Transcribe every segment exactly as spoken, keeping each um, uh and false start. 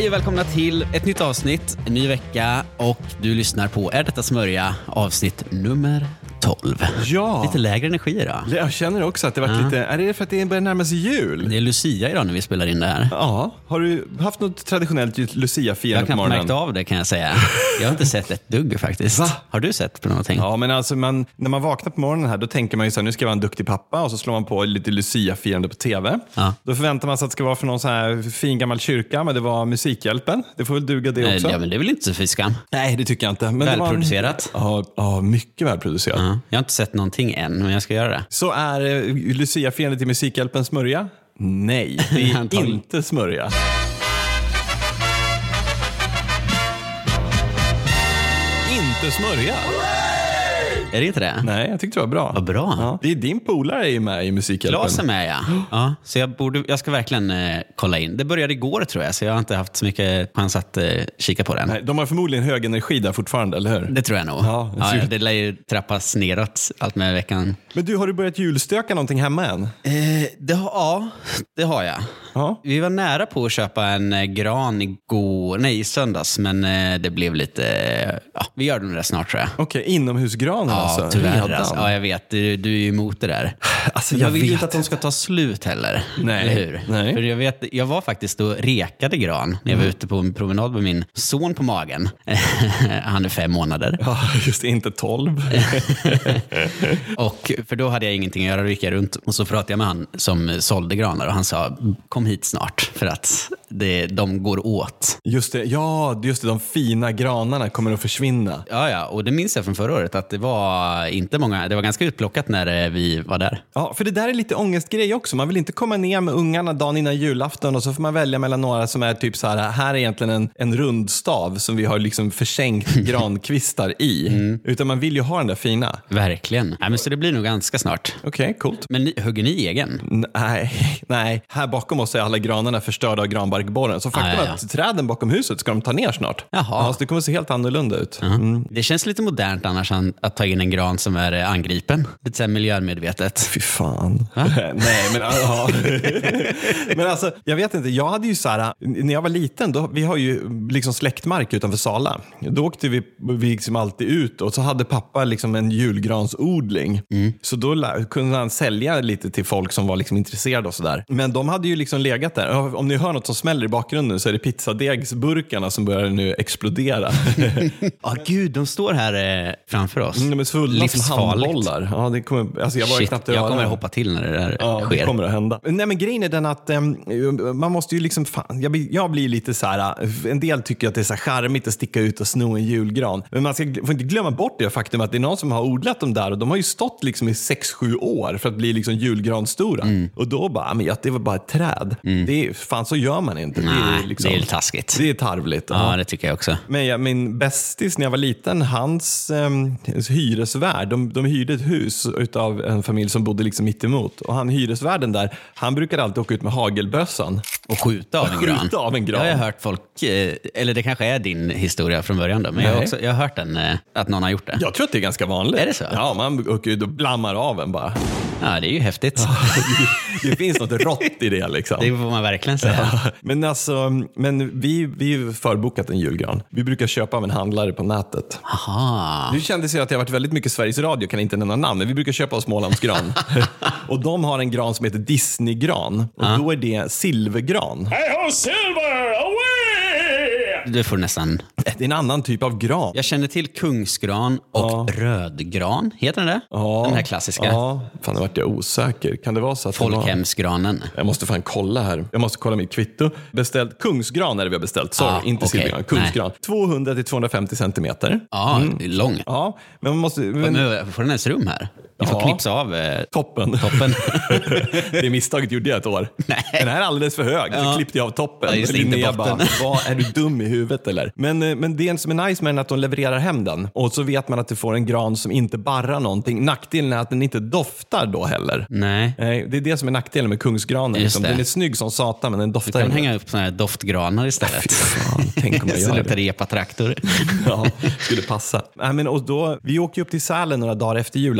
Hej och välkomna till ett nytt avsnitt, en ny vecka och du lyssnar på Är detta smörja? Avsnitt nummer tolv. Ja. Lite lägre energi idag. Jag känner också att det var ja. lite... Är det för att det börjar närma sig jul? Det är Lucia idag när vi spelar in det här. Ja. Har du haft något traditionellt Lucia-firande på morgonen? Jag har knappt märkt av det, kan jag säga. Jag har inte sett ett dugg faktiskt. Va? Har du sett på någonting? Ja, men alltså man, när man vaknar på morgonen här, då tänker man ju så här, nu ska jag vara en duktig pappa, och så slår man på lite Lucia-firande på tv. Ja. Då förväntar man sig att det ska vara för någon så här fin gammal kyrka, men det var Musikhjälpen. Det får väl duga det också. Ja, men det är väl inte så fiskam. Nej, det tycker jag inte. Men välproducerat. Det var en... ja, ja, mycket välproducerat. Ja. Jag har inte sett någonting än, men jag ska göra det. Så är uh, Lucia-firandet till Musikhjälpen smörja? Nej, det är inte smörja. Inte smörja. Är det inte det? Nej, jag tyckte det var bra. Vad bra. Ja. Det är din polare är ju med i Musikhjälpen. Klas är med, ja. ja. Så jag, borde, jag ska verkligen eh, kolla in. Det började igår, tror jag, så jag har inte haft så mycket chans att eh, kika på den. Nej, de har förmodligen hög energi där fortfarande, eller hur? Det tror jag nog. Ja, ja, det lär ju trappas neråt allt med veckan. Men du, har du börjat julstöka någonting hemma än? Eh, det har, ja, det har jag. Ja. Vi var nära på att köpa en eh, gran igår, nej, i söndags, men eh, det blev lite... Eh, ja, vi gör det snart, tror jag. Okej, okay, inomhusgranen ja, alltså? Tyvärr, alltså. Ja, jag vet. Du, du är ju emot det där. Alltså, jag, jag vill vet. inte att de ska ta slut heller. Nej. Eller hur? Nej. För jag vet, jag var faktiskt och rekade gran när jag var mm. ute på en promenad med min son på magen. Han är fem månader. Ja, just det, inte tolv. Och för då hade jag ingenting att göra, då gick jag runt och så pratade jag med han som sålde granar och han sa, kom hit snart för att det, de går åt. Just det, ja, just det, de fina granarna kommer att försvinna. Ja, ja, och det minns jag från förra året att det var inte många, det var ganska utplockat när vi var där. Ja, för det där är lite ångestgrej också. Man vill inte komma ner med ungarna dagen innan julafton och så får man välja mellan några som är typ så här, här är egentligen en, en rundstav som vi har liksom försänkt grankvistar i. Mm. Utan man vill ju ha den där fina. Verkligen. Nej, men så det blir nog ganska snart. Okej, okay, coolt. Men ni, hugger ni egen? Nej, nej. Här bakom oss är alla granarna förstörda av granbarkborren. Så faktum ah, ja, ja. att träden bakom huset ska de ta ner snart. Jaha. Ja, så det kommer se helt annorlunda ut. Uh-huh. Mm. Det känns lite modernt annars att ta in en gran som är angripen. Lite så här miljömedvetet. Fy fan. Nej, men ja. Men alltså, jag vet inte. Jag hade ju så här, när jag var liten, då, vi har ju liksom släktmark utanför Sala. Då åkte vi, vi liksom alltid ut och så hade pappa liksom en julgransodling. Mm. Så då lär, kunde han sälja lite till folk som var liksom intresserade och sådär. Men de hade ju liksom legat där. Om ni hör något som smäller i bakgrunden så är det pizzadegsburkarna som börjar nu explodera. Ja, oh, gud, de står här eh, framför oss. Mm, de är så fulla som handbollar. Ja, det kommer, alltså jag var Shit, knappt jag kommer att hoppa till när det där ja, sker. Det kommer att hända. Nej, men grejen är den att um, man måste ju liksom, fan, jag, blir, jag blir lite så här, en del tycker att det är så här charmigt att sticka ut och sno en julgran. Men man ska, får inte glömma bort det faktum att det är någon som har odlat dem där och de har ju stått liksom i sex sju år för att bli liksom julgranstora. Mm. Och då bara, men ja, det var bara ett träd. Mm. Det är, fan, så gör man inte. Nej, det är, liksom, det är taskigt. Det är tarvligt. Ja, ja, det tycker jag också. Men ja, min bästis när jag var liten, hans um, hyresvärd, de, de hyrde ett hus utav en familj som bodde liksom mitt emot. Och han hyresvärden där, han brukade alltid åka ut med hagelbössan. Och skjuta av en gran. Skjuta av en gran. Jag har hört folk, eller det kanske är din historia från början då, men jag har, också, jag har hört den, att någon har gjort det. Jag tror att det är ganska vanligt. Är det så? Ja, man åker ut och blammar av en bara. Ja, det är ju häftigt. Ja, det, det finns något rått i det liksom. Det får man verkligen säga. Ja, men alltså, men vi vi har förbokat en julgran. Vi brukar köpa av en handlare på nätet. Aha. Nu kändes det att jag har varit väldigt mycket Sveriges Radio, kan inte nämna namn, men vi brukar köpa av Smålandsgran. Och de har en gran som heter Disneygran. Och ah. då är det silvergran. Hey ho, silver! Away! Du får nästan... Det är en annan typ av gran. Jag känner till kungsgran och ja. rödgran. Heter den det? Ja. Den här klassiska. Ja, fan, det vart jag osäker. Kan det vara så att Folkhemsgranen. Var... Jag måste fan kolla här. Jag måste kolla mitt kvitto. Beställt kungsgran är det vi har beställt. Sorry, ja, inte okay. silvergran. Kungsgran. Nej. tvåhundra till tvåhundrafemtio centimeter. Ja, mm. lång. Ja, men man måste... Men... Men, får den ens rum här? Vi får ja. knipsa av eh, toppen. toppen. Det misstaget gjorde jag ett år. Nej. Den här är alldeles för hög. Så ja. klippte jag av toppen. Ja, just det, inte bara, vad är du dum i huvudet eller? Men, men det som är nice med den är att de levererar hem den. Och så vet man att du får en gran som inte barrar någonting. Nackdelen är att den inte doftar då heller. Nej. Det är det som är nackdelen med kungsgranen. Liksom. Den är snygg som satan, men den doftar inte. Du kan inte. Hänga upp såna här doftgranar istället. Fy fan, tänk om jag gör det. Repa-traktor. Ja, skulle passa. Nej, men, och då, vi åker upp till Sälen några dagar efter julafton. Så man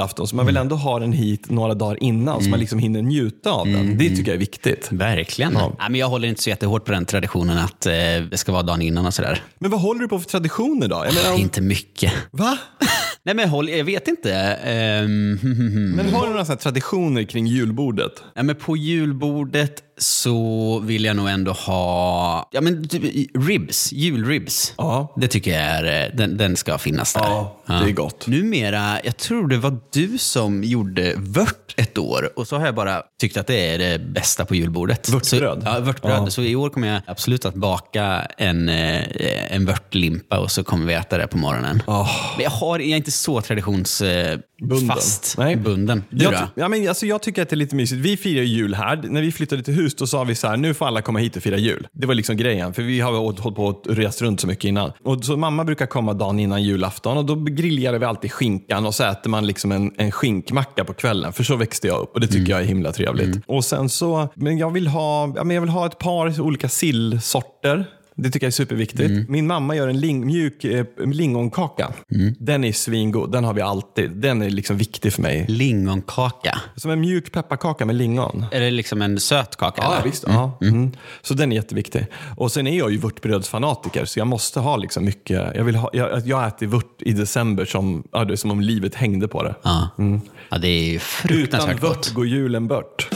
vill ändå ha den hit några dagar innan mm. så man liksom hinner njuta av den. Mm. Det tycker jag är viktigt. Verkligen. Ja. Ja, men jag håller inte så jättehårt på den traditionen att eh, det ska vara dagen innan och sådär. Men vad håller du på för traditioner då? Jag menar, om... Inte mycket. Va? Nej, men håll, jag vet inte. Um, men har du några sådana traditioner kring julbordet? Ja, men på julbordet så vill jag nog ändå ha ja, men, ribs, julribs. Ja. Det tycker jag är, den, den ska finnas där. Ja, ja, det är gott. Numera, jag tror det var du som gjorde vört ett år. Och så har jag bara tyckt att det är det bästa på julbordet. Vörtbröd? Så, ja, vörtbröd. Ja. Så i år kommer jag absolut att baka en, en vörtlimpa och så kommer vi äta det på morgonen. Oh. Men jag, har, jag är inte så traditionsfast Nej. bunden. Du jag, då? Ja, men, alltså, jag tycker att det är lite mysigt. Vi firar jul här. När vi flyttade till hus då sa vi så här, nu får alla komma hit och fira jul. Det var liksom grejen, för vi har hållit på att resa runt så mycket innan. Och så mamma brukar komma dagen innan julafton och då grillade vi alltid skinkan och så äter man liksom en, en skinkmacka på kvällen. För så växte jag upp och det tycker mm. jag är himla trevligt. Mm. Och sen så, men jag vill ha, ja, men jag vill ha ett par olika sillsorter. Det tycker jag är superviktigt. Mm. Min mamma gör en ling, mjuk eh, lingonkaka. Mm. Den är svingod. Den har vi alltid. Den är liksom viktig för mig. Lingonkaka? Som en mjuk pepparkaka med lingon. Är det liksom en söt kaka? Ja, eller? visst. Mm. Ja. Mm. Så den är jätteviktig. Och sen är jag ju vörtbrödsfanatiker. Så jag måste ha liksom mycket. Jag, vill ha, jag, jag äter vört i december som, ja, det är som om livet hängde på det. Ja, mm. ja det är ju fruktansvärt Utan vört gott. går julen bört.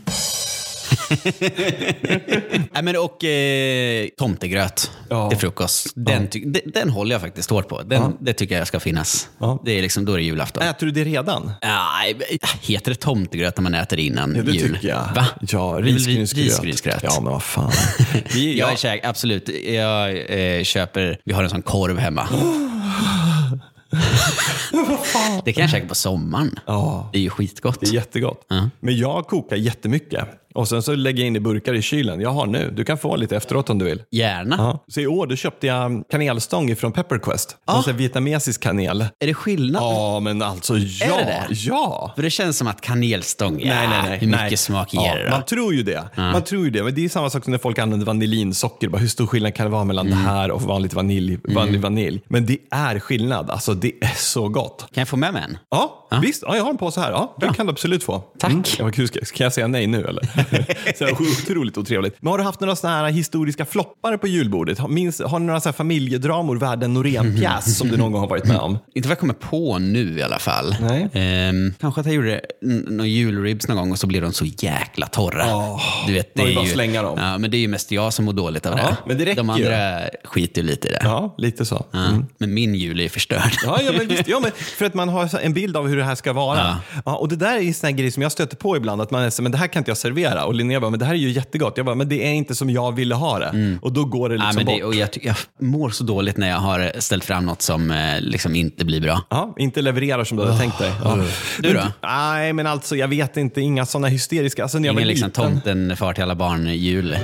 Nej, men och eh, tomtegröt ja. till frukost. Den, ja. ty- den, den håller jag faktiskt hårt på. Den, ja. Det tycker jag ska finnas. Ja. Det är liksom, då är det julafton. Äter du det redan? Nej, heter det tomtegröt när man äter innan ja, det jul? Tycker jag. Va? Ja, risgrynsgröt. risgrynsgröt. Ja, men vad fan. Vi, jag ja. är käk, absolut. Jag eh, köper, vi har en sån korv hemma. Det kan jag käka på sommaren. Ja. Det är ju skitgott. Det är jättegott. Uh-huh. Men jag kokar jättemycket. Och sen så lägger jag in i burkar i kylen. Jag har nu. Du kan få lite efteråt om du vill. Gärna. Ja. Så i år då köpte jag kanelstång från Pepperquest. Ah. Alltså vietnamesisk kanel. Är det skillnad? Ja, men alltså ja. Är det det? Ja. För det känns som att kanelstång, ja, nej, nej, nej. hur mycket nej. smak ger ja, det då? Man tror ju det. Ja. Man tror ju det. Men det är samma sak som när folk använder vanillinsocker. Bara, hur stor skillnad kan det vara mellan mm. det här och vanligt vanilj, vanlig mm. vanilj? Men det är skillnad. Alltså det är så gott. Kan jag få med mig en? Ja, ja. visst. Ja, jag har en på så här. Ja, det kan du absolut få. Tack. Mm. Ja, kul. Kan jag säga nej nu eller? Så otroligt otrevligt. Men har du haft några såna här historiska floppar på julbordet? Minns, har ni några så här familjedramor värd en Norén-pjäs som du någon gång har varit med om? Inte vad jag kommer på nu i alla fall. Nej. Ehm, kanske att jag gjorde några julribs någon gång och så blev de så jäkla torra. Oh, du vet, det är bara ju, slänga dem. Ja, men det är ju mest jag som mår dåligt av ja, det. Men det räcker de andra ju. skiter ju lite i det. Ja, lite så. Ja, mm. Men min jul är förstörd. Ja, ja, men visst, ja, men för att man har en bild av hur det här ska vara. Ja. Ja, och det där är en sån här grej som jag stöter på ibland. Att man är så, men det här kan inte jag servera. Och Linnea bara, men det här är ju jättegott. Jag bara, men det är inte som jag ville ha det. Mm. Och då går det liksom ja, men det, bort. Och jag, jag mår så dåligt när jag har ställt fram något som eh, liksom inte blir bra. Ja, inte levererar som du hade oh. tänkt dig. Ja. Du då? Men, nej, men alltså jag vet inte. Inga sådana hysteriska. Alltså, när jag Ingen var liksom liten... tomten far till alla barn jul.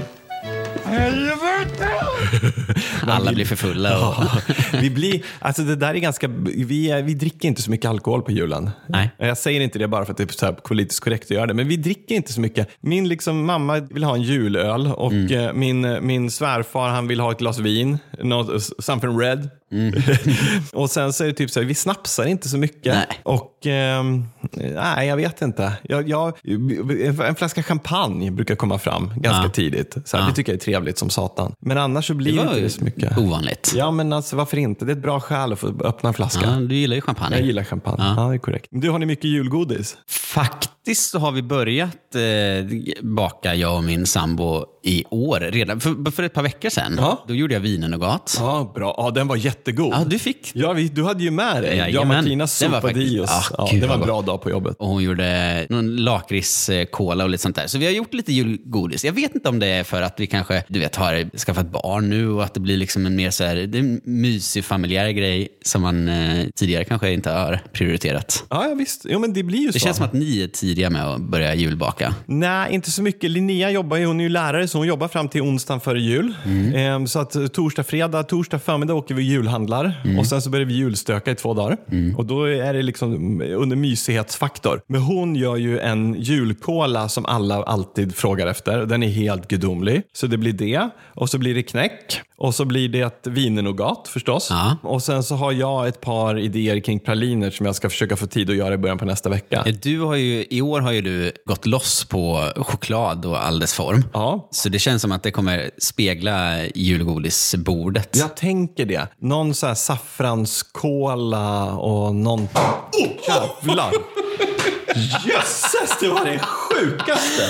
Alla blir för fulla och... ja, vi blir, alltså det där är ganska vi, vi dricker inte så mycket alkohol på julen. Nej. Jag säger inte det bara för att det är så här politiskt korrekt att göra det, men vi dricker inte så mycket. Min liksom, mamma vill ha en julöl och mm. min, min svärfar han vill ha ett glas vin, något, something red. Mm. Och sen så är det typ så här, vi snapsar inte så mycket. Nej. Och eh, nej, jag vet inte. Jag, jag, en flaska champagne brukar komma fram ganska ja. tidigt. Så här, ja. Det tycker jag är trevligt som satan. Men annars så blir det inte det så mycket. Ovanligt. Ja, men alltså varför inte? Det är ett bra skäl att få öppna en flaska. Ja, du gillar ju champagne. Jag gillar champagne. Ja, ja det är korrekt. Du, har ni mycket julgodis? Faktiskt så har vi börjat eh, baka, jag och min sambo, i år redan. För, för ett par veckor sedan. Ja. Då gjorde jag vinenogat. Ja, bra. Ja, den var jättegod. Ja, du fick. Ja, vi, du hade ju med dig. Ja, jag och Martina sopade i oss. Ah, ja, det var en bra dag på jobbet. Och hon gjorde någon lakritskola och lite sånt där. Så vi har gjort lite julgodis. Jag vet inte om det är för att vi kanske, du vet, har skaffat barn nu och att det blir liksom en mer så här, det är en mysig familjär grej som man eh, tidigare kanske inte har prioriterat. Ja, ja visst. Jo, men det blir ju det så. Det känns som att ni är tidiga med att börja julbaka. Nej, inte så mycket. Linnea jobbar ju, hon är ju lärare så hon jobbar fram till onsdagen före jul. Mm. Så att torsdag, fredag, torsdag förmiddag åker vi julhandlar. Mm. Och sen så börjar vi julstöka i två dagar. Mm. Och då är det liksom under mysighetsfaktor. Men hon gör ju en julkola som alla alltid frågar efter. Den är helt gudomlig. Så det blir det. Och så blir det knäck. Och så blir det ett vinenogat förstås. Ja. Och sen så har jag ett par idéer kring praliner som jag ska försöka få tid att göra i början på nästa vecka. Du har ju, i år har ju du gått loss på choklad och all dess form. Ja. Så det känns som att det kommer spegla julgodisbordet. Jag tänker det. Någon så här saffranskola och någon... Oh, jävlar! Jösses, det var det sjukaste!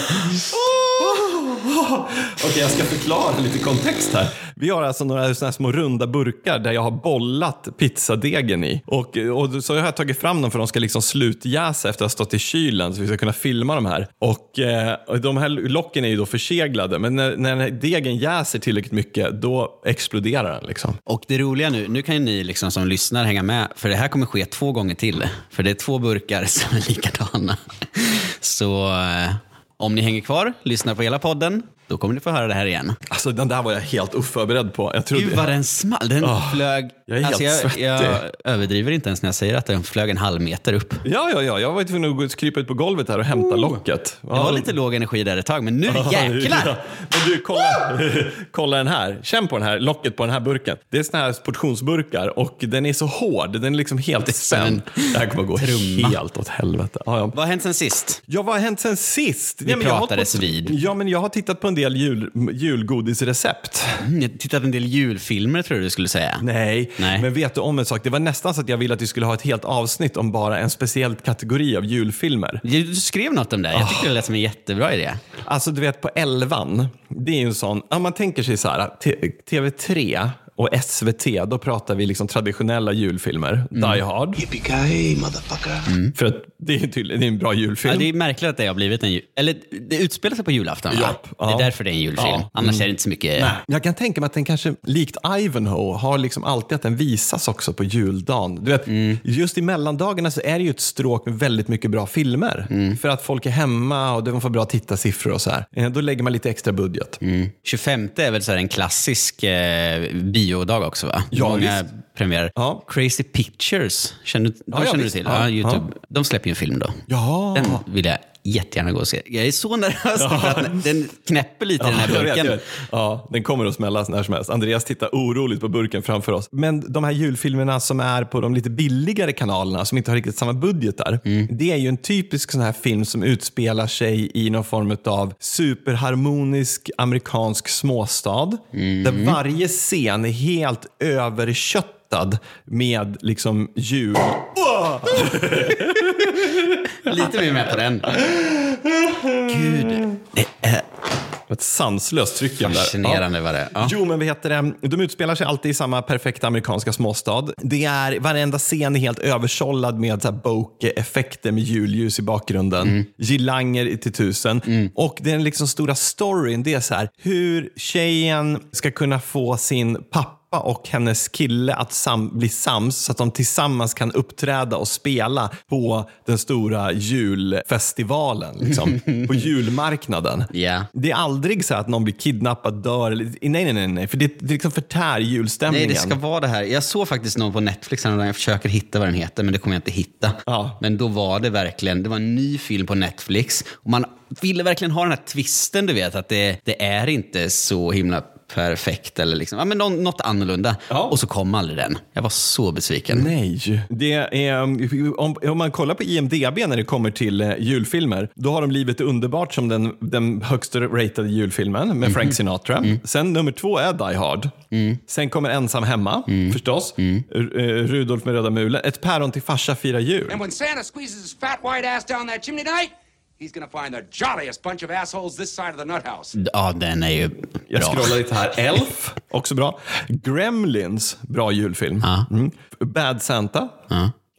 Okej, okay, jag ska förklara lite kontext här. Vi har alltså några såna här små runda burkar där jag har bollat pizzadegen i. Och, och så har jag tagit fram dem för att de ska liksom slutjäsa efter att ha stått i kylen så vi ska kunna filma de här. Och, eh, och de här locken är ju då förseglade. Men när, när degen jäser tillräckligt mycket, då exploderar den liksom. Och det roliga nu, nu kan ju ni liksom som lyssnar hänga med. För det här kommer ske två gånger till. För det är två burkar som är likadana. Så... Eh, om ni hänger kvar, lyssnar på hela podden, då kommer ni få höra det här igen. Alltså den där var jag helt oförberedd på. Jag trodde... Gud vad den small. Den oh, flög... Jag är alltså, helt jag, svettig. Jag överdriver inte ens när jag säger att den flög en halv meter upp. Ja, ja, ja. Jag var tvungen att krypa ut på golvet här och hämta oh. locket. Ja. Det var lite låg energi där ett tag, men nu oh, jäklar! Ja. Men du, kolla, kolla den här. Känn på den här, locket på den här burken. Det är såna här portionsburkar och den är så hård. Den är liksom helt spänd. Det här kommer att gå trumma. Helt åt helvete. Ja, ja. Vad har hänt sen sist? Ja, vad har hänt sen sist? Vi ja, pratades på... vid. Ja, men jag har tittat på en del jul... julgodisrecept. Mm, jag har tittat en del julfilmer tror du skulle säga. Nej, Nej, men vet du om en sak? Det var nästan så att jag ville att vi skulle ha ett helt avsnitt om bara en speciell kategori av julfilmer. Du skrev något om det. Jag tycker oh. det lät som en jättebra idé. Alltså du vet på elvan, det är ju en sån, ja, man tänker sig så här, T V tre och S V T, då pratar vi liksom traditionella julfilmer. Mm. Die Hard. Yippee-ki-yay, motherfucker. Mm. För att det är tydligt, det är en bra julfilm. Ja, det är märkligt att det har blivit en jul... Eller det utspelar sig på julafton, va? Ja. Det är därför det är en julfilm. Ja. Annars mm. är det inte så mycket... Nej. Jag kan tänka mig att den kanske, likt Ivanhoe, har liksom alltid att den visas också på juldagen. Du vet, mm. just i mellandagarna så är det ju ett stråk med väldigt mycket bra filmer. Mm. För att folk är hemma och de får bra tittarsiffror och så här. Då lägger man lite extra budget. Mm. tjugofemte är väl så här en klassisk eh, biodag också, va? Ja, många premiär. Ja. Crazy Pictures, känner, de ja, känner du till? Ja, ja, YouTube. Ja. De släpper ju en film då. Ja. Den vill jag jättegärna gå och se. Jag är så nervös ja. för att den knäpper lite i ja, den här burken. Jag vet, jag vet. Ja, den kommer att smälla när som helst. Andreas tittar oroligt på burken framför oss. Men de här julfilmerna som är på de lite billigare kanalerna som inte har riktigt samma budgetar. Mm. Det är ju en typisk sån här film som utspelar sig i någon form av superharmonisk amerikansk småstad. Mm. Där varje scen är helt överköttad med liksom jul. Lite mer med på den. Gud, det är ett sanslöst tryck där. Fascinerande ja. var det. Ja. Jo, men vad heter det? De utspelar sig alltid i samma perfekta amerikanska småstad. Det är, varenda scen är helt översållad med så här bokeh-effekter med julljus i bakgrunden. Mm. Girlanger till tusen. Mm. Och den liksom stora storyn, det är så här hur tjejen ska kunna få sin pappa och hennes kille att sam- bli sams så att de tillsammans kan uppträda och spela på den stora julfestivalen liksom, på julmarknaden. Yeah. Det är aldrig så att någon blir kidnappad, dör eller, nej, nej, nej, nej, för det, det liksom förtär julstämningen. Nej, det ska vara det här. Jag såg faktiskt någon på Netflix där jag försöker hitta vad den heter, men det kommer jag inte hitta. Ja. Men då var det verkligen, det var en ny film på Netflix och man ville verkligen ha den här twisten, du vet, att det, det är inte så himla perfekt eller liksom, ja, men något annorlunda. Ja. Och så kom aldrig den. Jag var så besviken. Nej. Det är, om, om man kollar på I M D B när det kommer till uh, julfilmer, då har de Livet är underbart som den, den högsta ratade julfilmen med mm. Frank Sinatra. Mm. Sen nummer två är Die Hard. Mm. Sen kommer Ensam hemma, mm. förstås. Mm. R- uh, Rudolf med röda mulen. Ett päron till farsa firar jul. And when Santa squeezes his fat white ass down that chimney tonight, he's gonna find the jolliest bunch of assholes this side of the nut house. Ja, den är ju bra. Jag scrollar lite här. Elf, också bra. Gremlins, bra julfilm. Ja. Mm. Bad Santa. Ja.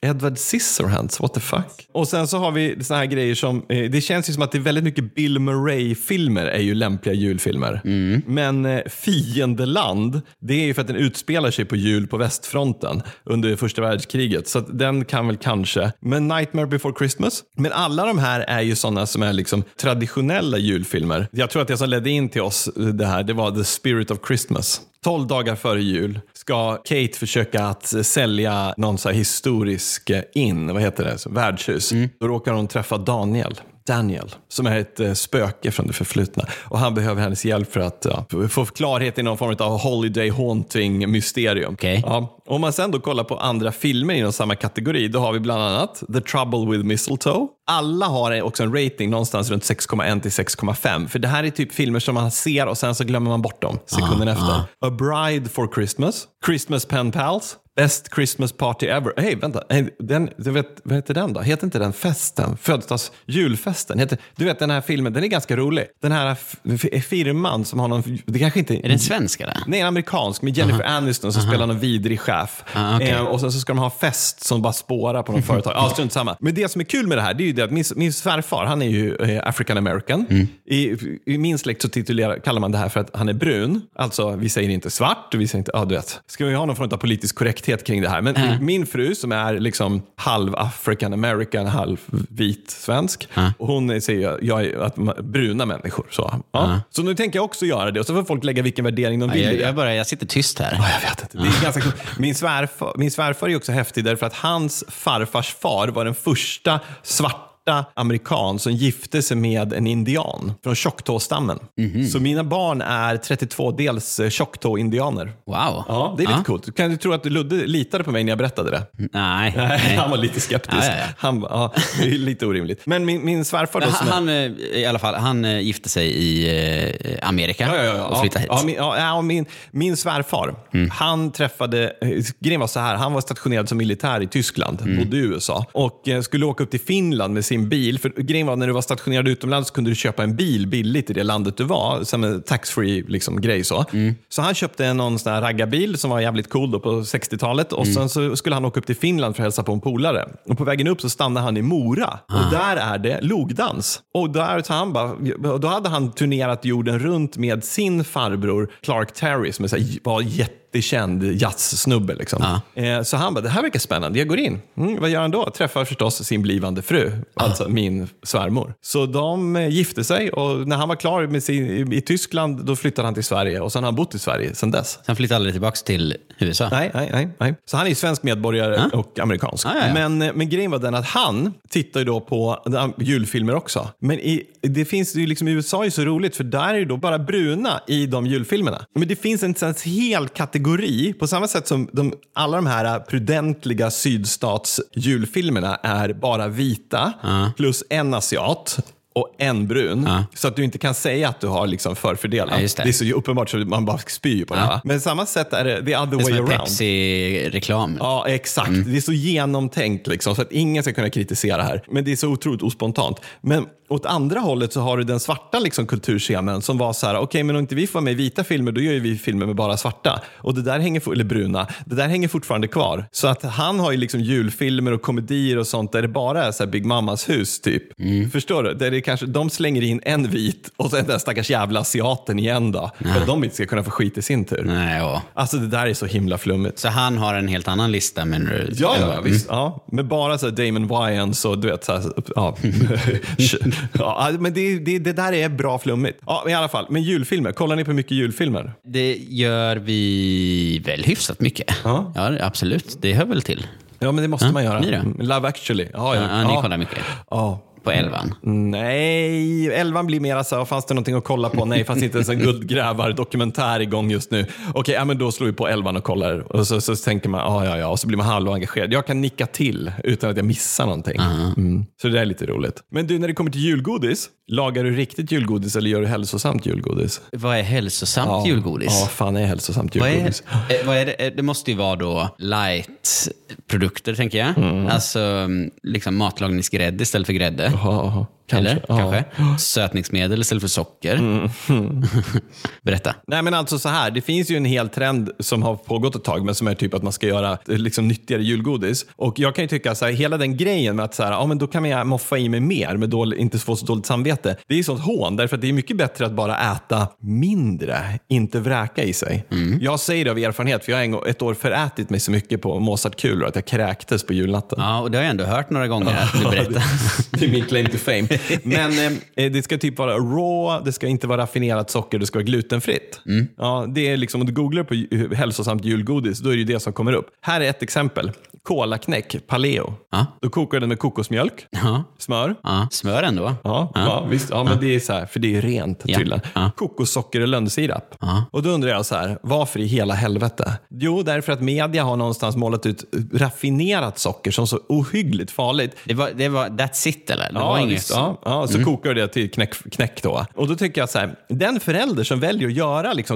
Edward Scissorhands, what the fuck? Och sen så har vi såna här grejer som, eh, det känns ju som att det är väldigt mycket Bill Murray-filmer är ju lämpliga julfilmer. Mm. Men eh, Fiendeland, det är ju för att den utspelar sig på jul på västfronten under första världskriget. Så att den kan väl kanske. Men Nightmare Before Christmas. Men alla de här är ju sådana som är liksom traditionella julfilmer. Jag tror att det som ledde in till oss det här, det var The Spirit of Christmas. tolv dagar före jul ska Kate försöka att sälja någon så här historisk in, vad heter det, så, värdshus. Mm. Då råkar hon träffa Daniel. Daniel, som är ett eh, spöke från det förflutna. Och han behöver hennes hjälp för att ja, få klarhet i någon form av holiday haunting mysterium. Okay. Ja. Om man sen då kollar på andra filmer inom samma kategori, då har vi bland annat The Trouble with Mistletoe. Alla har också en rating någonstans runt sex komma ett till sex komma fem. För det här är typ filmer som man ser och sen så glömmer man bort dem sekunden ah, efter. Ah. A Bride for Christmas, Christmas Pen Pals, Best Christmas Party Ever. Hej, vänta. Hey, den, du vet, vad heter den då? Heter inte den festen? Födelsedags julfesten. Heter, du vet, den här filmen, den är ganska rolig. Den här f- firman som har någon... Det kanske inte... Är den svensk eller? Nej, en amerikansk med Jennifer uh-huh. Aniston som uh-huh. spelar någon vidrig chef. Uh, okay. eh, och sen så ska de ha fest som bara spårar på någon företag. Ja, strunt samma. Men det som är kul med det här, det är ju det att min, min svärfar, han är ju eh, African American. Mm. I, I min släkt så titulerar, kallar man det här för att han är brun. Alltså, vi säger inte svart, vi säger inte... Ja, du vet. Ska vi ha någon form av politisk korrekthet kring det här. Men uh. min fru som är liksom halv African American, halv vit svensk. Uh. Och hon säger jag är att bruna människor. Så, ja. uh. så nu tänker jag också göra det. Och så får folk lägga vilken värdering de vill. Ja, jag, jag, bara, jag sitter tyst här. Ja, jag vet inte. Det är ganska cool. min, svärfar, min svärfar är också häftig därför att hans farfars far var den första svarta amerikan som gifte sig med en indian från Choctaw-stammen. Mm-hmm. Så mina barn är trettiotvå dels Choctaw-indianer. Wow. Ja, det är lite ah. coolt. Kan du tro att Ludde litade på mig när jag berättade det? Nej. Nej. Han var lite skeptisk. Ja, ja, ja. Han, ja, det är lite orimligt. Men min, min svärfar då som han, är... han, i alla fall, han gifte sig i Amerika ja, ja, ja, och flyttade hit. Ja, min, ja, min, min svärfar, mm. han träffade... Grejen var så här, han var stationerad som militär i Tyskland, mm. bodde i U S A och skulle åka upp till Finland med sin bil. För grejen var, när du var stationerad utomlands så kunde du köpa en bil billigt i det landet du var. Som en tax-free liksom, grej så. Mm. Så han köpte någon sån här raggarbil som var jävligt cool då på sextiotalet. Och mm. sen så skulle han åka upp till Finland för att hälsa på en polare. Och på vägen upp så stannade han i Mora. Ah. Och där är det logdans. Och där så han bara, då hade han turnerat jorden runt med sin farbror Clark Terry som är så här, var jätte känd jazzsnubbe liksom. Ah. Eh, så han bara, det här verkar spännande, jag går in. Mm, vad gör han då? Träffar förstås sin blivande fru, ah. alltså min svärmor. Så de eh, gifte sig och när han var klar med sin, i, i Tyskland då flyttade han till Sverige och sen har han bott i Sverige sedan dess. Han flyttade aldrig tillbaka till U S A? Nej, nej, nej. nej. Så han är svensk medborgare ah. och amerikansk. Ah, ja, ja. Men, men grejen var den att han tittar ju då på julfilmer också. Men i, det finns ju liksom i U S A är så roligt för där är ju då bara bruna i de julfilmerna. Men det finns en sån hel kategori på samma sätt som de, alla de här prudentliga sydstats julfilmerna är bara vita uh. plus en asiat och en brun. Uh. Så att du inte kan säga att du har liksom förfördelat. Ja, det. det är så uppenbart så man bara spyr på uh. det. Va? Men samma sätt är det the other det way around. Pepsi-reklam. Ja, exakt. Mm. Det är så genomtänkt liksom, så att ingen ska kunna kritisera här. Men det är så otroligt ospontant. Men åt andra hållet så har du den svarta liksom, kulturscenen som var så här, okej okay, men om inte vi får med vita filmer då gör ju vi filmer med bara svarta. Och det där hänger, eller bruna, det där hänger fortfarande kvar. Så att han har ju liksom julfilmer och komedier och sånt där det bara är så här Big Mamas hus typ. Mm. Förstår du? Där det kanske, de slänger in en vit och sen den stackars jävla asiaten igen då. Nej. För att de inte ska kunna få skit i sin tur. Nej, ja. Alltså det där är så himla flummigt. Så han har en helt annan lista men du... Ja, ja, mm. visst. Ja. Men bara så här Damon Wayans och du vet så här, ja. Ja, men det, det, det där är bra flummigt. Ja, i alla fall. Men julfilmer, kollar ni på mycket julfilmer? Det gör vi väl hyfsat mycket. Ja, ja absolut. Det hör väl till. Ja, men det måste ja, man göra. Ni då? Love Actually. Ja, ja. ja, ja ni kollar mycket. Ja. På elvan? Nej, elvan blir mer så här, fanns det någonting att kolla på? Nej, fanns inte ens en guldgrävar-dokumentär igång just nu. Okej, ja, men då slår vi på elvan och kollar. Och så, så tänker man, ja, ja, ja. Och så blir man halvengagerad. Jag kan nicka till utan att jag missar någonting. Uh-huh. Mm. Så det är lite roligt. Men du, när det kommer till julgodis, lagar du riktigt julgodis eller gör du hälsosamt julgodis? Vad är hälsosamt ja, julgodis? Ja, fan är hälsosamt julgodis? Vad är, vad är det? Det måste ju vara då light-produkter, tänker jag. Mm. Alltså, liksom matlagningsgrädde istället för grädde. Aha, aha. Kanske. Eller? Ja. Kanske. Sötningsmedel istället för socker. Mm. Berätta. Nej, men alltså så här, det finns ju en hel trend som har pågått ett tag, men som är typ att man ska göra liksom nyttigare julgodis. Och jag kan ju tycka så här, hela den grejen med att så här, ja men då kan man moffa i mig mer med dålig, inte få så dåligt samvete. Det är sånt hån, därför att det är mycket bättre att bara äta mindre, inte vräka i sig. Mm. Jag säger det av erfarenhet, för jag har en gång, ett år förätit mig så mycket på Mozartkulor att jag kräktes på julnatten. Ja, och det har jag ändå hört några gånger att du berättar. Det är min claim to fame. Men eh, det ska typ vara raw, det ska inte vara raffinerat socker, det ska vara glutenfritt. Mm. Ja, det är liksom, om du googlar på hälsosamt julgodis, då är det ju det som kommer upp. Här är ett exempel. Kolaknäck, paleo. Ja. Då kokar den med kokosmjölk, ja. smör. Ja, smör ändå. Ja, ja. ja visst. Ja, men det är så här, för det är rent ja. tydligen. Ja. Kokossocker och lönnsirap. Ja. Och då undrar jag så här, varför i hela helvete? Jo, därför att media har någonstans målat ut raffinerat socker som så ohyggligt farligt. Det var, det var that's it eller? Det ja, var inget... visst, ja, ja, så mm. kokar det till knäck, knäck då. Och då tycker jag så här, den förälder som väljer att göra liksom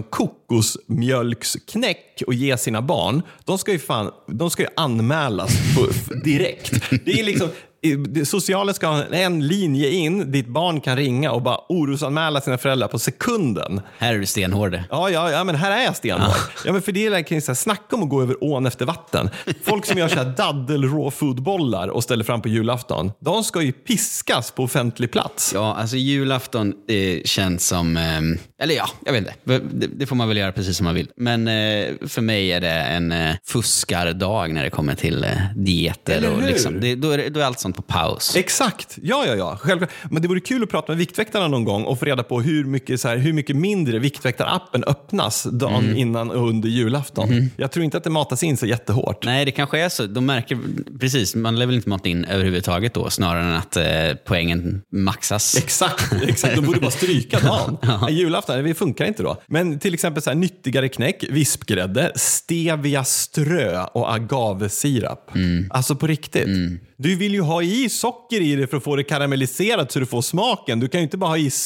kokosmjölksknäck och ge sina barn, de ska ju fan, de ska ju anmälas på, direkt. Det är liksom, socialen ska ha en linje in dit barn kan ringa och bara orosanmäla sina föräldrar på sekunden. Här är du stenhård. Ja, ja, ja, men här är jag stenhård. Ja. Ja, men för det är verkligen så här, snacka om att gå över ån efter vatten. Folk som gör så här daddel råfoodbollar och ställer fram på julafton, de ska ju piskas på offentlig plats. Ja, alltså julafton det känns som, eh, eller ja, jag vet inte. Det, det får man väl göra precis som man vill. Men eh, för mig är det en eh, fuskardag när det kommer till eh, dieter. Och liksom, det, då, är, då är allt sånt på paus. Exakt, ja, ja, ja. Självklart. Men det vore kul att prata med Viktväktarna någon gång och få reda på hur mycket, så här, hur mycket mindre Viktväktarappen öppnas dagen mm. innan och under julafton. Mm. Jag tror inte att det matas in så jättehårt. Nej, det kanske är så. De märker, precis, man lär väl inte mata in överhuvudtaget då, snarare än att eh, poängen maxas. Exakt, exakt. De borde bara stryka dagen. Ja. Julafton, det funkar inte då. Men till exempel så här, nyttigare knäck, vispgrädde, stevia strö och agavesirap. Mm. Alltså på riktigt. Mm. Du vill ju ha i socker i det för att få det karamelliserat så du får smaken. Du kan ju inte bara ha i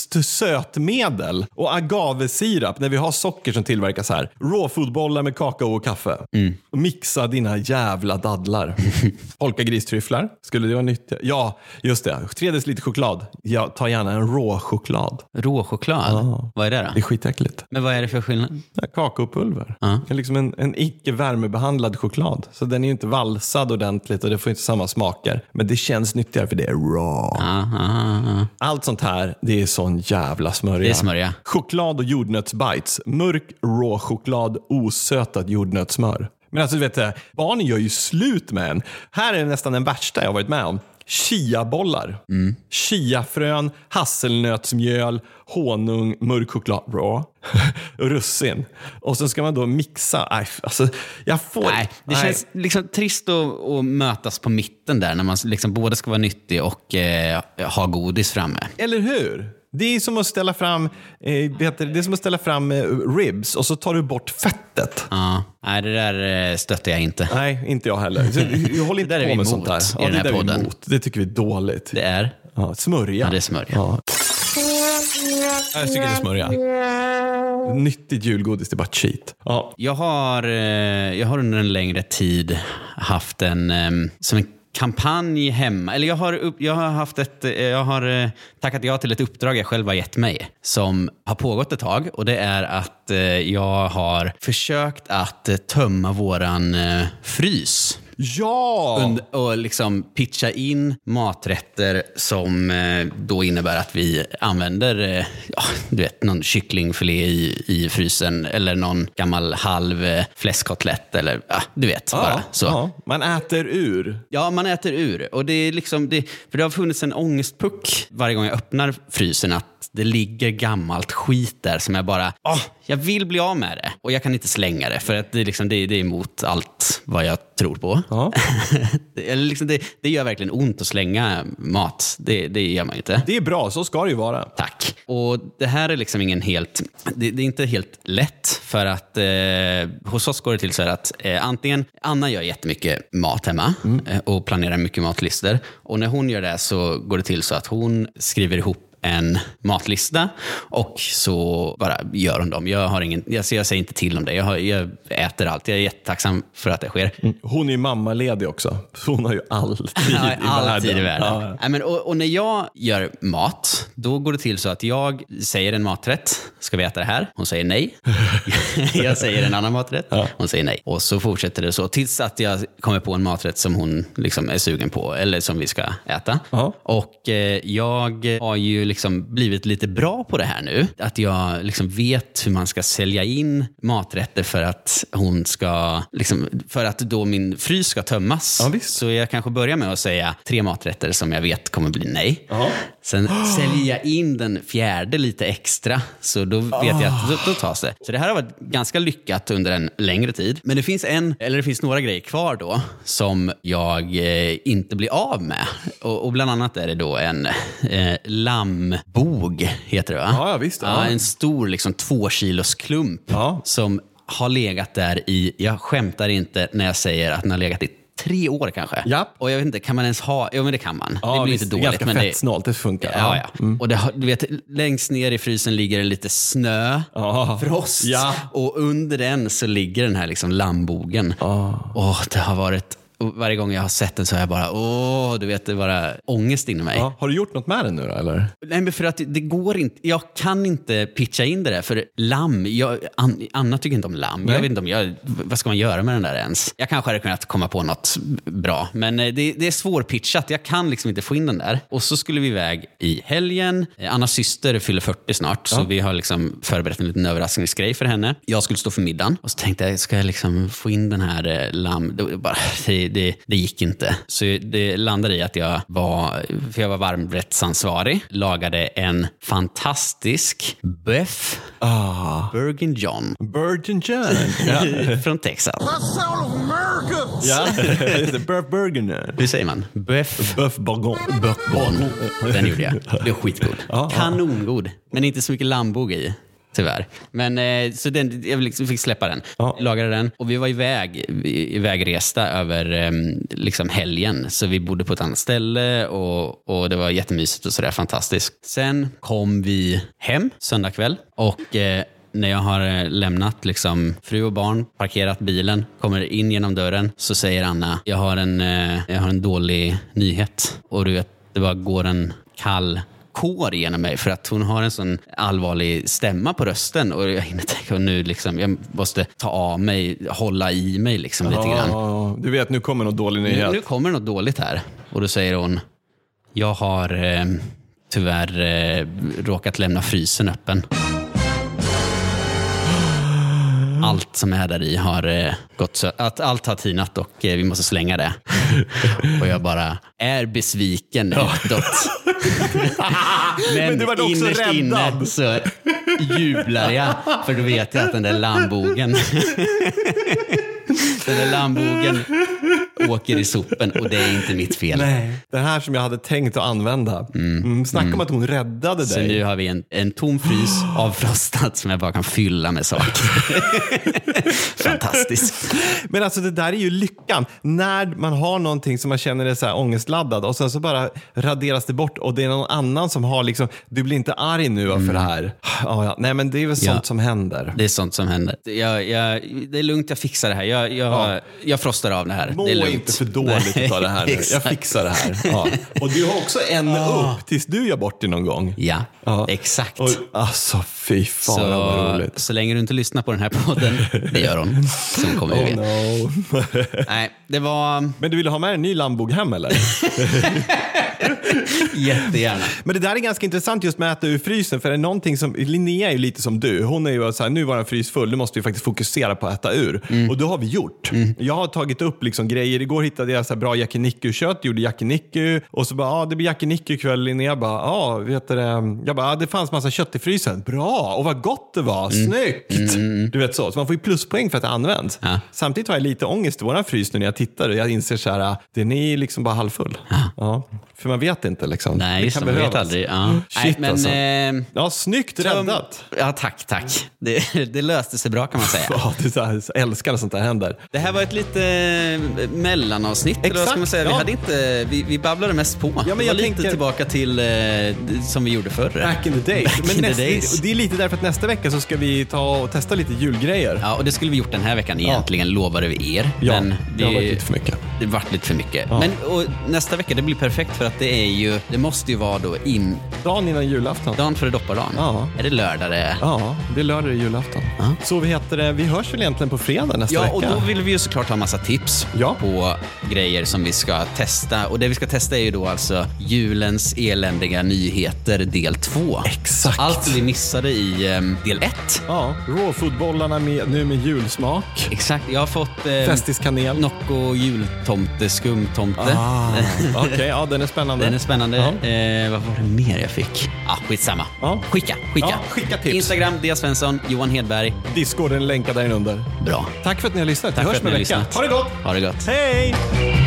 sötmedel och agavesirap när vi har socker som tillverkas här. Råfoodbollar med kakao och kaffe. Mm. Och mixa dina jävla dadlar. Polkagristrüfflar. Skulle det vara nyttigt? Ja, just det. Tre deciliter choklad. Jag tar gärna en rå choklad. Rå choklad? Ja. Vad är det då? Det är skitäckligt. Men vad är det för skillnad? Ja, kakaopulver. Ja. Det är liksom en, en icke värmebehandlad choklad. Så den är ju inte valsad ordentligt och det får inte samma smak. Men det känns nyttigare för det är raw. Ah, ah, ah. Allt sånt här, det är sån jävla smörja. Det är smörja. Choklad och jordnötsbites. Mörk, raw choklad, osötad jordnötssmör. Men alltså du vet, barnen gör ju slut med en. Här är nästan den värsta jag har varit med om. Chiabollar. Mm. Chiafrön, hasselnötsmjöl, honung, mörk choklad, raw. Och russin. Och så ska man då mixa. Aj, alltså, jag får... Nej, det Nej. känns liksom trist att, att mötas på mitten där när man liksom både ska vara nyttig och eh, ha godis framme. Eller hur? Det är som att ställa fram eh, det är som att ställa fram eh, ribs och så tar du bort fettet. Ja, nej, det där stöttar jag inte. Nej, inte jag heller. Så, jag håller inte på med sånt där. Ja, det, där är emot. Det tycker vi är dåligt. Det är? Ja, smörja. Ja, det är smörja. Ja. Jag tycker det är smörja. Nyttigt julgodis, det är bara cheat. Ja. Jag har, jag har under en längre tid haft en, som en kampanj hemma. Eller jag har, jag har haft ett, jag har tackat ja till ett uppdrag jag själv har gett mig som har pågått ett tag, och det är att jag har försökt att tömma våran frys. Ja! Och liksom pitcha in maträtter som då innebär att vi använder ja, du vet, någon kycklingfilé i, i frysen eller någon gammal halv fläskkotlett eller ja, du vet ja, bara så. Ja. Man äter ur. Ja, man äter ur. Och det är liksom det, för det har funnits en ångestpuck varje gång jag öppnar frysen att det ligger gammalt skit där som jag bara, åh, jag vill bli av med det. Och jag kan inte slänga det för att det, liksom, det, det är emot allt vad jag tror på. Ja. det, liksom, det, det gör verkligen ont att slänga mat. Det, det gör man inte. Det är bra, så ska det ju vara. Tack. Och det här är liksom ingen helt, det, det är inte helt lätt för att eh, hos oss går det till så här att eh, antingen Anna gör jättemycket mat hemma mm. eh, och planerar mycket matlistor. Och när hon gör det så går det till så att hon skriver ihop en matlista och så bara gör hon dem. Jag, har ingen, jag, jag säger inte till om det. Jag, har, jag äter allt. Jag är jättetacksam för att det sker. Mm. Hon är ju mammaledig också. Hon har ju alltid i ja, alltid världen. i världen. Ja, ja. Nej, men, och, och när jag gör mat, då går det till så att jag säger en maträtt. Ska vi äta det här? Hon säger nej. Jag säger en annan maträtt. Ja. Hon säger nej. Och så fortsätter det så tills att jag kommer på en maträtt som hon liksom är sugen på eller som vi ska äta. Ja. Och eh, jag har ju liksom blivit lite bra på det här nu. Att jag liksom vet hur man ska sälja in maträtter för att hon ska liksom, för att då min frys ska tömmas. Ja, så jag kanske börjar med att säga tre maträtter som jag vet kommer bli nej. Ja. Sen säljer jag in den fjärde lite extra, så då vet jag att då, då tas det. Så det här har varit ganska lyckat under en längre tid. Men det finns en, eller det finns några grejer kvar då som jag eh, inte blir av med. Och, och bland annat är det då en eh, lammbog, heter det va? Ja, visst. Ja. Ja, en stor liksom två kilos klump ja. Som har legat där i, jag skämtar inte när jag säger att den har legat i tre år kanske. Ja. Och jag vet inte, kan man ens ha... Jo, men det kan man. Ja, det blir visst, inte dåligt. Ganska men fettsnålt, det funkar. Ja, ja. Mm. Och det, du vet, längst ner i frysen ligger det lite snö, oh. frost. Ja. Och under den så ligger den här liksom lammbogen. Oh. Och det har varit... Och varje gång jag har sett den så är jag bara, åh, du vet, det är bara ångest inom mig. Ja, har du gjort något med den nu då, eller? Nej, men för att det går inte, jag kan inte pitcha in det där, för lamm, jag, Anna tycker inte om lamm. Nej. Jag vet inte om jag, vad ska man göra med den där ens? Jag kanske hade kunnat komma på något bra, men det, det är svårpitchat, jag kan liksom inte få in den där. Och så skulle vi iväg i helgen. Annas syster fyller fyrtio snart, ja. Så vi har liksom förberett en liten överraskningsgrej för henne. Jag skulle stå för middagen, och så tänkte jag, ska jag liksom få in den här lamm? Det, bara, det, det, det gick inte. Så det landade i att jag var, för jag var varmrättsansvarig, lagade en fantastisk bœuf ah. Bourguignon. Bourguignon? Ja. Från Texas. Ja, bœuf bourguignon. Hur säger man? Bœuf Bœuf bourguignon. Bœuf bourguignon. Den gjorde jag. Det är skitgod. Ah, Kanongod. Men inte så mycket lammbog i. Tyvärr. Men eh, så den, jag liksom fick släppa den. Ja. Lagade den. Och vi var iväg, ivägresta över eh, liksom helgen. Så vi bodde på ett annat ställe. Och, och det var jättemysigt och sådär fantastiskt. Sen kom vi hem söndag kväll. Och eh, när jag har lämnat liksom, fru och barn, parkerat bilen, kommer in genom dörren, så säger Anna, jag har en, eh, jag har en dålig nyhet. Och du vet, det bara går en kall kår genom mig, för att hon har en sån allvarlig stämma på rösten, och jag hinner tänka, och nu liksom, jag måste ta av mig, hålla i mig liksom lite ja, grann. Du vet, nu kommer något dålig nyhet. Nu, nu kommer något dåligt här. Och då säger hon, jag har eh, tyvärr eh, råkat lämna frysen öppen. Allt som är där i har eh, gått så att allt har tinat, och eh, vi måste slänga det. Och jag bara är besviken utåt. Men, Men du var också innerst räddad. Inne så jublar jag, för då vet jag att den där lammbogen den där lammbogen åker i sopen, och det är inte mitt fel. Nej, den här som jag hade tänkt att använda. Mm. Mm, snacka mm. om att hon räddade dig. Så nu har vi en, en tom frys avfrostad som jag bara kan fylla med saker. Fantastiskt. Men alltså det där är ju lyckan. När man har någonting som man känner är så här ångestladdad, och sen så bara raderas det bort, och det är någon annan som har liksom, du blir inte arg nu för mm. det här. Oh, ja. Nej, men det är väl sånt ja. som händer. Det är sånt som händer. Jag, jag, det är lugnt, jag fixar det här. Jag, jag, ja. jag frostar av det här. Må det är lugnt. Inte för dåligt av det här nu. Jag fixar det här. Ja. Och du har också en oh. upp tills du gör bort det någon gång. Ja, ja. Exakt. Och, alltså fy fan så, vad roligt. Så länge du inte lyssnar på den här podden, det gör hon. Som kommer oh, no. Nej, det var... Men du ville ha med en ny lammbog hem eller? Jättegärna. Men det där är ganska intressant just med att äta ur frysen, för det är någonting som, Linnea är ju lite som du. Hon är ju så här, nu var den frys full, nu måste vi faktiskt fokusera på att äta ur. Mm. Och det har vi gjort. Mm. Jag har tagit upp liksom grejer. Igår hittade jag så här bra yakiniku-kött, gjorde yakiniku, och så bara, ja ah, det blir yakiniku ikväll. Linnea bara, ja ah, vet du det? Jag bara, ah, det fanns massa kött i frysen. Bra, och vad gott det var, mm. snyggt. Mm. Du vet så, så man får ju pluspoäng för att det används. Ja. Samtidigt har jag lite ångest i våran frys nu när jag tittar, och jag inser så här, den är liksom bara halvfull. Ja. Ja, för man vet inte liksom. Nej, just det, man vet aldrig. Ja. Shit, Nej, men, alltså. eh, Ja, snyggt räddat. Ja, tack, tack. Det, det löste sig bra kan man säga. Ja, det är så här, jag älskar när sånt där händer. Det här var ett lite eh, mellanavsnitt. Eller vad ska man säga? ja. Vi, hade inte, vi, vi babblade mest på. Ja, men det jag var lite tänker- tillbaka till eh, som vi gjorde förr. Back in the days. Back Men in nästa, the days. Det är lite därför att nästa vecka så ska vi ta och testa lite julgrejer. Ja, och det skulle vi gjort den här veckan egentligen, lovade vi er. Ja, men det har varit lite för mycket. Det har varit lite för mycket. Ja. Men och nästa vecka, det blir perfekt för att det är ju, det måste ju vara då in, Dagen innan julafton. dagen före doppardagen. Ja. Är det lördag det är? Ja, det är lördag i julafton. Ja. Så vi heter det, vi hörs väl egentligen på fredag nästa Ja, vecka. och då vill vi ju såklart ha massa tips Ja. på grejer som vi ska testa. Och det vi ska testa är ju då alltså julens eländiga nyheter del två. Exakt. Allt vi missade i um, del ett. Ja, råfotbollarna med, nu med julsmak. Exakt, jag har fått eh, Festiskanel. Nocco jultomte, skumtomte. Ah, Okej, okay, ja den är spännande. Den är spännande. Ja. Eh, vad var det mer jag fick? Ah, skitsamma. Ja. Skicka, skicka. Ja, skicka tips. Instagram, Dia Svensson, Johan Hedberg. Discorden länkar där under. Bra. Tack för att ni har lyssnat. Tack Vi för hörs att ni med har vecka. lyssnat. Ha det gott! Ha det gott. Hej!